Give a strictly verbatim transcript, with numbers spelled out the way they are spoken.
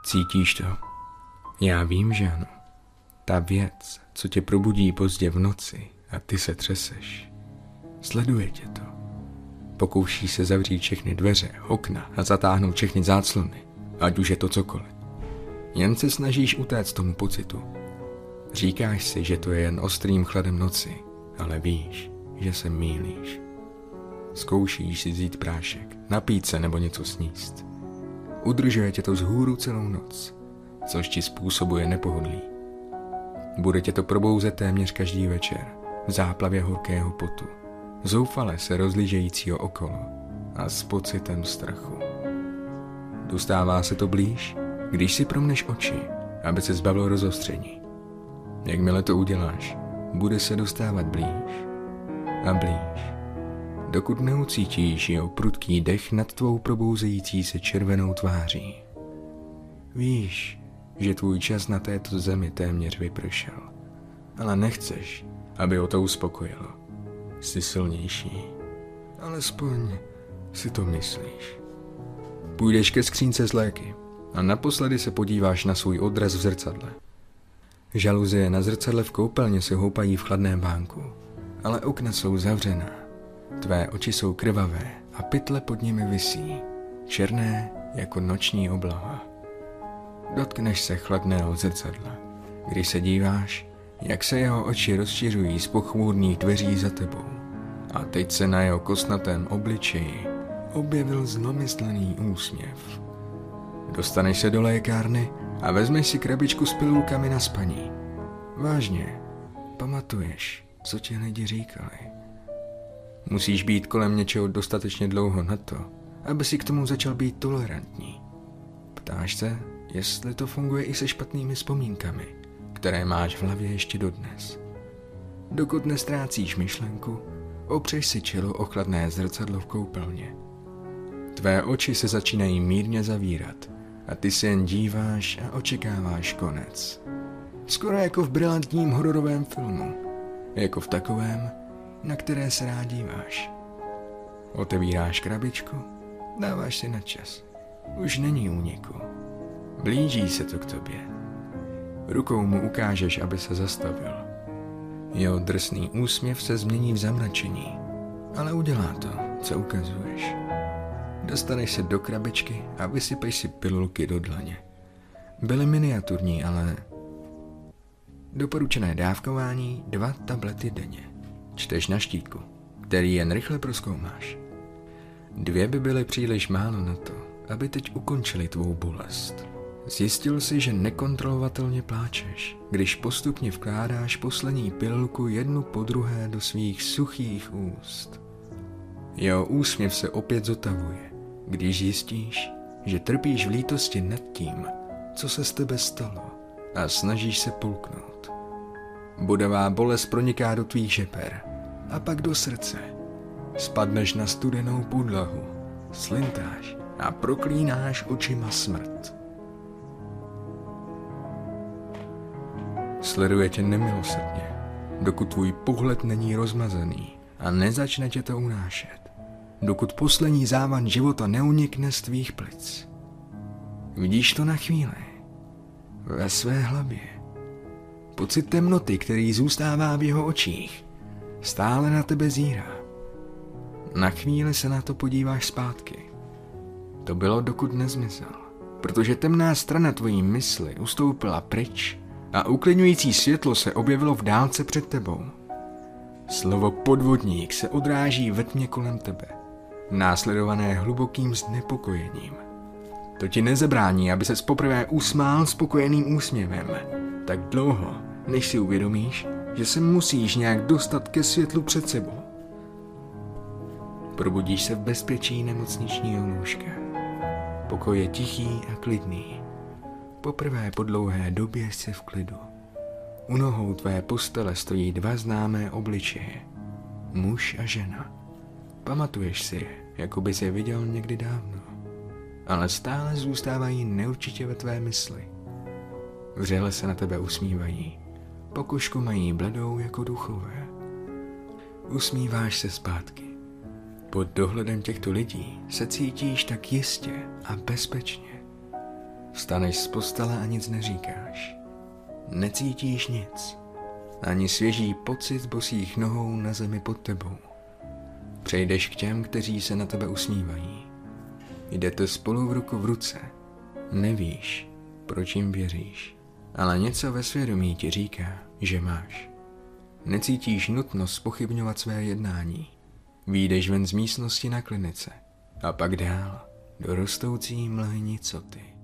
Cítíš to? Já vím, že ano. Ta věc, co tě probudí pozdě v noci a ty se třeseš. Sleduje tě to. Pokouší se zavřít všechny dveře, okna a zatáhnout všechny záclony, ať už je to cokoliv. Jen se snažíš utéct tomu pocitu. Říkáš si, že to je jen ostrým chladem noci, ale víš, že se mýlíš. Zkoušíš si vzít prášek, napít se nebo něco sníst. Udržuje tě to vzhůru celou noc, což ti způsobuje nepohodlí. Bude tě to probouzet téměř každý večer, v záplavě horkého potu, zoufale se rozlížejícího okolo a s pocitem strachu. Dostává se to blíž, když si promneš oči, aby se zbavil rozostření. Jakmile to uděláš, bude se dostávat blíž a blíž, dokud neucítíš jeho prudký dech nad tvou probouzející se červenou tváří. Víš, že tvůj čas na této zemi téměř vypršel, ale nechceš, aby ho to uspokojilo. Jsi silnější, alespoň si to myslíš. Půjdeš ke skřínce s léky a naposledy se podíváš na svůj odraz v zrcadle. Žaluzie na zrcadle v koupelně se houpají v chladném vánku, ale okna jsou zavřená. Tvé oči jsou krvavé a pytle pod nimi visí, černé jako noční obloha. Dotkneš se chladného zrcadla, když se díváš, jak se jeho oči rozšiřují z pochmurných dveří za tebou. A teď se na jeho kosnatém obličeji objevil zlomyslný úsměv. Dostaneš se do lékárny a vezmeš si krabičku s pilulkami na spaní. Vážně, pamatuješ, co ti lidi říkali. Musíš být kolem něčeho dostatečně dlouho na to, aby si k tomu začal být tolerantní. Ptáš se, jestli to funguje i se špatnými vzpomínkami, které máš v hlavě ještě dodnes. Dokud nestrácíš myšlenku, opřeš si čelo o chladné zrcadlo v koupelně. Tvé oči se začínají mírně zavírat a ty se jen díváš a očekáváš konec. Skoro jako v brilantním hororovém filmu, jako v takovém, na které se rád díváš. Otevíráš krabičku, dáváš si na čas. Už není úniku. Blíží se to k tobě. Rukou mu ukážeš, aby se zastavil. Jeho drsný úsměv se změní v zamračení, ale udělá to, co ukazuješ. Dostaneš se do krabičky a vysypeš si pilulky do dlaně. Byly miniaturní, ale doporučené dávkování dva tablety denně. Čteš na štítku, který jen rychle prozkoumáš. Dvě by byly příliš málo na to, aby teď ukončili tvou bolest. Zjistil si, že nekontrolovatelně pláčeš, když postupně vkládáš poslední pilulku jednu po druhé do svých suchých úst. Jeho úsměv se opět zotavuje, když zjistíš, že trpíš v lítosti nad tím, co se s tebe stalo, a snažíš se polknout. Bodavá bolest proniká do tvých žeber a pak do srdce. Spadneš na studenou podlahu, slintáš a proklínáš očima smrt. Sleduje tě nemilosrdně, dokud tvůj pohled není rozmazaný a nezačne tě to unášet, dokud poslední závan života neunikne z tvých plic. Vidíš to na chvíli, ve své hlavě. Pocit temnoty, který zůstává v jeho očích, stále na tebe zírá. Na chvíli se na to podíváš zpátky. To bylo, dokud nezmizel, protože temná strana tvojí mysli ustoupila pryč a uklidňující světlo se objevilo v dálce před tebou. Slovo podvodník se odráží ve tmě kolem tebe, následované hlubokým znepokojením. To ti nezabrání, aby ses poprvé usmál spokojeným úsměvem, tak dlouho, než si uvědomíš, že se musíš nějak dostat ke světlu před sebou. Probudíš se v bezpečí nemocničního lůžka. Pokoj je tichý a klidný. Poprvé po dlouhé době jsi v klidu. U nohou tvé postele stojí dva známé obličeje. Muž a žena. Pamatuješ si je, jako bys je viděl někdy dávno. Ale stále zůstávají neurčitě ve tvé mysli. Vřele se na tebe usmívají. Pokožku mají bledou jako duchové. Usmíváš se zpátky. Pod dohledem těchto lidí se cítíš tak jistě a bezpečně. Vstaneš z postele a nic neříkáš. Necítíš nic. Ani svěží pocit bosých nohou na zemi pod tebou. Přejdeš k těm, kteří se na tebe usmívají. Jdete spolu v ruku v ruce. Nevíš, proč jim věříš, ale něco ve svědomí ti říká, že máš. Necítíš nutnost zpochybňovat své jednání. Vyjdeš ven z místnosti na klinice a pak dál do rostoucí mlhy nicoty.